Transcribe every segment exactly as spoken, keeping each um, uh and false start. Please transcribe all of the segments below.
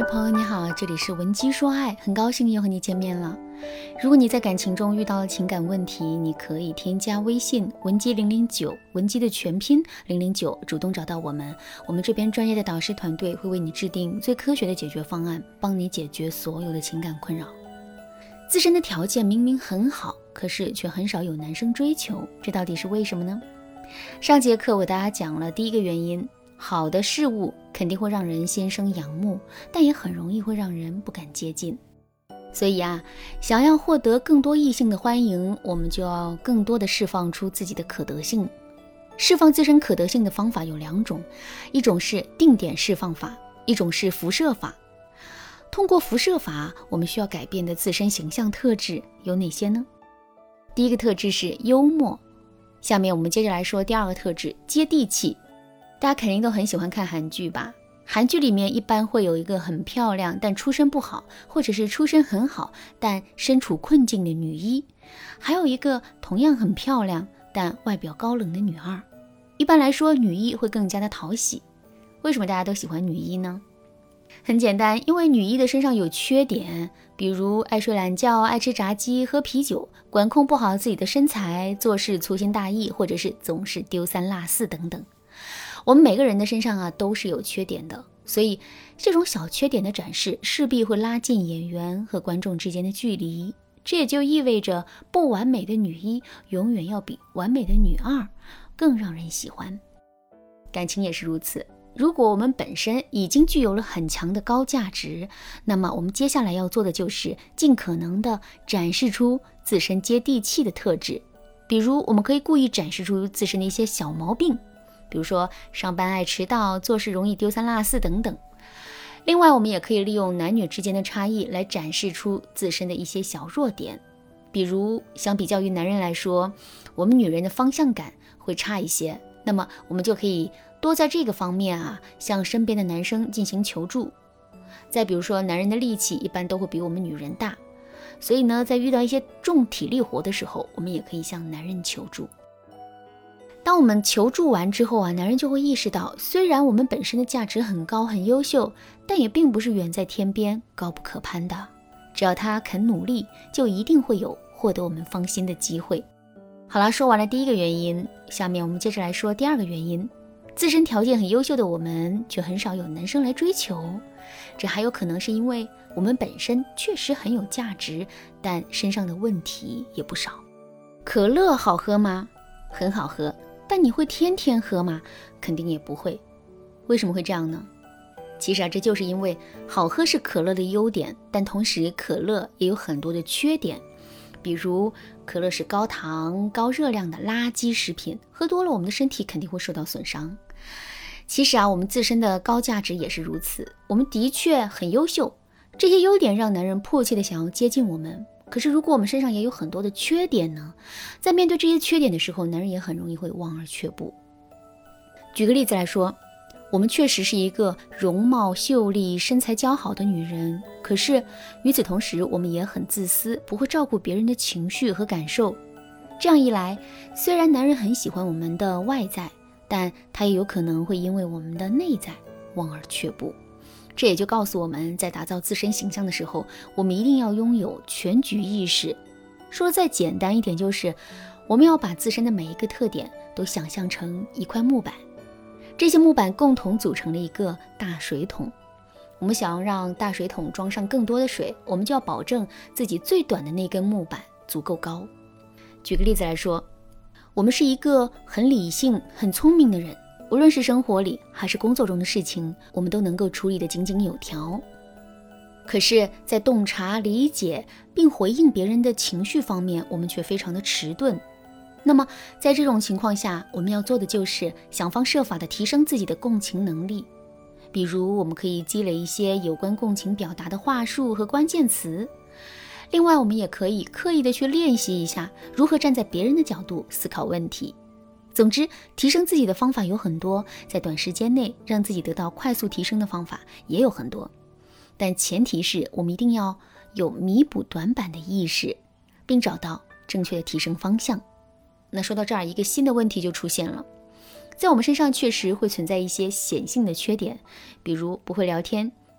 嗨，朋友你好，这里是文姬说爱，很高兴又和你见面了。如果你在感情中遇到了情感问题，你可以添加微信文姬零零九，文姬的全拼零零九，主动找到我们，我们这边专业的导师团队会为你制定最科学的解决方案，帮你解决所有的情感困扰。自身的条件明明很好，可是却很少有男生追求，这到底是为什么呢？上节课我给大家讲了第一个原因，好的事物肯定会让人心生仰慕，但也很容易会让人不敢接近。所以啊，想要获得更多异性的欢迎，我们就要更多的释放出自己的可得性。释放自身可得性的方法有两种，一种是定点释放法，一种是辐射法。通过辐射法，我们需要改变的自身形象特质有哪些呢？第一个特质是幽默。下面我们接着来说第二个特质，接地气。大家肯定都很喜欢看韩剧吧？韩剧里面一般会有一个很漂亮但出身不好，或者是出身很好但身处困境的女一，还有一个同样很漂亮但外表高冷的女二。一般来说，女一会更加的讨喜。为什么大家都喜欢女一呢？很简单，因为女一的身上有缺点，比如爱睡懒觉、爱吃炸鸡、喝啤酒，管控不好自己的身材，做事粗心大意，或者是总是丢三落四等等。我们每个人的身上啊都是有缺点的，所以这种小缺点的展示势必会拉近演员和观众之间的距离。这也就意味着不完美的女一永远要比完美的女二更让人喜欢。感情也是如此，如果我们本身已经具有了很强的高价值，那么我们接下来要做的就是尽可能的展示出自身接地气的特质。比如我们可以故意展示出自身的一些小毛病，比如说上班爱迟到，做事容易丢三落四等等。另外我们也可以利用男女之间的差异来展示出自身的一些小弱点，比如相比较于男人来说，我们女人的方向感会差一些，那么我们就可以多在这个方面啊向身边的男生进行求助。再比如说男人的力气一般都会比我们女人大，所以呢在遇到一些重体力活的时候，我们也可以向男人求助。当我们求助完之后啊，男人就会意识到，虽然我们本身的价值很高很优秀，但也并不是远在天边高不可攀的。只要他肯努力，就一定会有获得我们芳心的机会。好了，说完了第一个原因，下面我们接着来说第二个原因。自身条件很优秀的我们，却很少有男生来追求，这还有可能是因为我们本身确实很有价值，但身上的问题也不少。可乐好喝吗？很好喝。但你会天天喝吗？肯定也不会。为什么会这样呢？其实啊，这就是因为好喝是可乐的优点，但同时可乐也有很多的缺点。比如可乐是高糖高热量的垃圾食品，喝多了我们的身体肯定会受到损伤。其实啊，我们自身的高价值也是如此，我们的确很优秀，这些优点让男人迫切的想要接近我们。可是如果我们身上也有很多的缺点呢？在面对这些缺点的时候，男人也很容易会望而却步。举个例子来说，我们确实是一个容貌秀丽身材姣好的女人，可是与此同时我们也很自私，不会照顾别人的情绪和感受。这样一来，虽然男人很喜欢我们的外在，但他也有可能会因为我们的内在望而却步。这也就告诉我们，在打造自身形象的时候，我们一定要拥有全局意识。说的再简单一点，就是我们要把自身的每一个特点都想象成一块木板，这些木板共同组成了一个大水桶。我们想要让大水桶装上更多的水，我们就要保证自己最短的那根木板足够高。举个例子来说，我们是一个很理性很聪明的人，无论是生活里还是工作中的事情，我们都能够处理得井井有条。可是在洞察理解并回应别人的情绪方面，我们却非常的迟钝。那么在这种情况下，我们要做的就是想方设法的提升自己的共情能力。比如我们可以积累一些有关共情表达的话术和关键词。另外我们也可以刻意的去练习一下如何站在别人的角度思考问题。总之，提升自己的方法有很多，在短时间内让自己得到快速提升的方法也有很多，但前提是我们一定要有弥补短板的意识，并找到正确的提升方向。那说到这儿，一个新的问题就出现了，在我们身上确实会存在一些显性的缺点，比如不会聊天，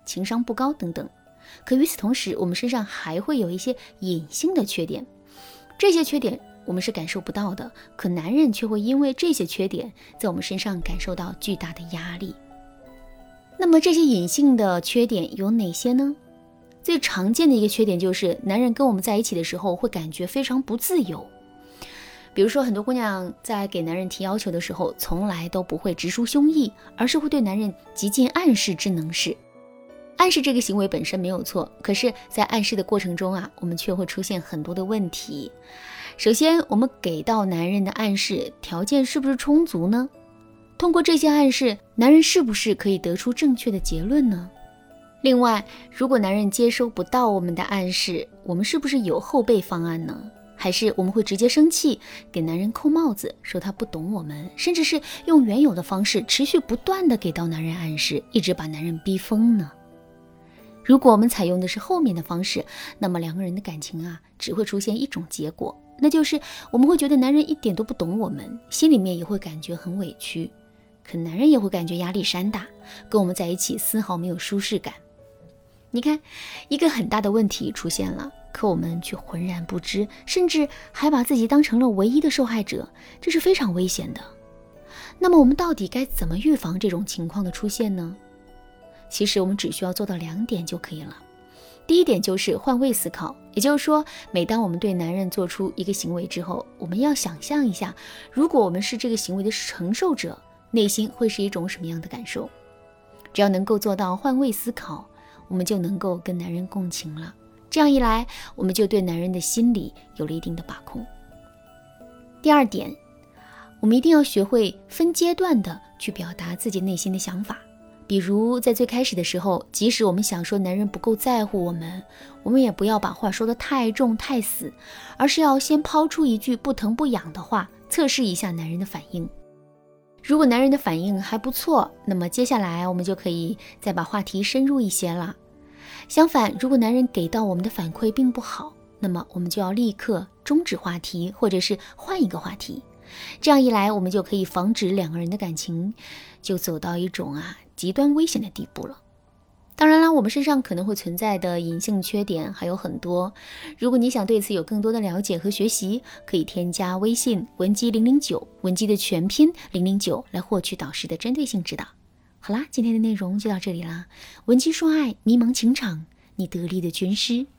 情商不高等等。可与此同时，我们身上还会有一些隐性的缺点，这些缺点我们是感受不到的，可男人却会因为这些缺点在我们身上感受到巨大的压力。那么这些隐性的缺点有哪些呢？最常见的一个缺点就是男人跟我们在一起的时候会感觉非常不自由。比如说很多姑娘在给男人提要求的时候，从来都不会直抒胸臆，而是会对男人极尽暗示之能事。暗示这个行为本身没有错，可是在暗示的过程中啊，我们却会出现很多的问题。首先，我们给到男人的暗示条件是不是充足呢？通过这些暗示，男人是不是可以得出正确的结论呢？另外，如果男人接收不到我们的暗示，我们是不是有后备方案呢？还是我们会直接生气，给男人扣帽子，说他不懂我们，甚至是用原有的方式持续不断的给到男人暗示，一直把男人逼疯呢？如果我们采用的是后面的方式，那么两个人的感情啊，只会出现一种结果，那就是我们会觉得男人一点都不懂我们，心里面也会感觉很委屈，可男人也会感觉压力山大，跟我们在一起丝毫没有舒适感。你看，一个很大的问题出现了，可我们却浑然不知，甚至还把自己当成了唯一的受害者，这是非常危险的。那么我们到底该怎么预防这种情况的出现呢？其实我们只需要做到两点就可以了。第一点就是换位思考，也就是说，每当我们对男人做出一个行为之后，我们要想象一下，如果我们是这个行为的承受者，内心会是一种什么样的感受。只要能够做到换位思考，我们就能够跟男人共情了。这样一来，我们就对男人的心理有了一定的把控。第二点，我们一定要学会分阶段的去表达自己内心的想法。比如在最开始的时候，即使我们想说男人不够在乎我们，我们也不要把话说得太重太死，而是要先抛出一句不疼不痒的话，测试一下男人的反应。如果男人的反应还不错，那么接下来我们就可以再把话题深入一些了。相反，如果男人给到我们的反馈并不好，那么我们就要立刻终止话题，或者是换一个话题。这样一来，我们就可以防止两个人的感情就走到一种啊极端危险的地步了。当然啦，我们身上可能会存在的隐性缺点还有很多，如果你想对此有更多的了解和学习，可以添加微信文姬零零九，文姬的全拼零零九，来获取导师的针对性指导。好啦，今天的内容就到这里啦，文姬说爱，迷茫情场，你得力的军师。